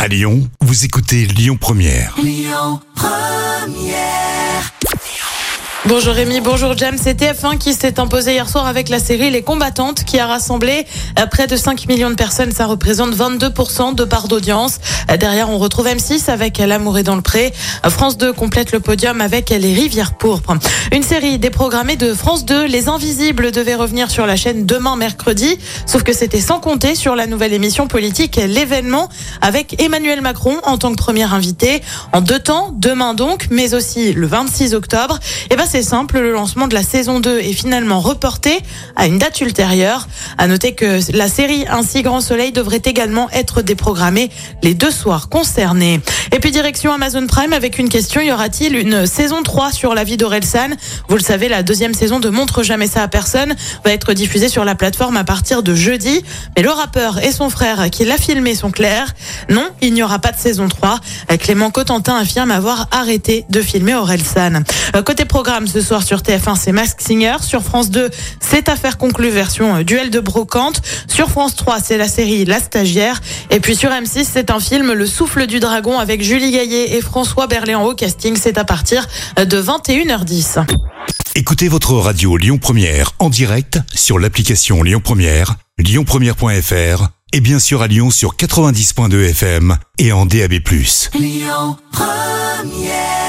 À Lyon, vous écoutez Lyon Première. Lyon Première. Bonjour Rémi, bonjour Jam. C'est TF1 qui s'est imposé hier soir avec la série Les Combattantes qui a rassemblé près de 5 millions de personnes. Ça représente 22% de part d'audience. Derrière, on retrouve M6 avec L'amour est dans le pré. France 2 complète le podium avec Les Rivières pourpres. Une série déprogrammée de France 2. Les Invisibles devaient revenir sur la chaîne demain mercredi. Sauf que c'était sans compter sur la nouvelle émission politique L'événement avec Emmanuel Macron en tant que premier invité. En 2 temps, demain donc, mais aussi le 26 octobre. Et c'est simple, le lancement de la saison 2 est finalement reporté à une date ultérieure. À noter que la série Ainsi Grand Soleil devrait également être déprogrammée les 2 soirs concernés. Et puis direction Amazon Prime avec une question, y aura-t-il une saison 3 sur la vie d'Orelsan ? Vous le savez, la 2e saison de Montre jamais ça à personne va être diffusée sur la plateforme à partir de jeudi. Mais le rappeur et son frère qui l'a filmé sont clairs. Non, il n'y aura pas de saison 3. Clément Cotentin affirme avoir arrêté de filmer Orelsan. Côté programme, ce soir sur TF1, c'est Masked Singer. Sur France 2, c'est Affaire conclue version duel de brocante. Sur France 3, c'est la série La Stagiaire. Et puis sur M6, c'est un film Le Souffle du Dragon avec Julie Gaillet et François Berléand au casting. C'est à partir de 21h10. Écoutez votre radio Lyon Première en direct sur l'application Lyon Première, lyonpremière.fr et bien sûr à Lyon sur 90.2 FM et en DAB+. Lyon Première.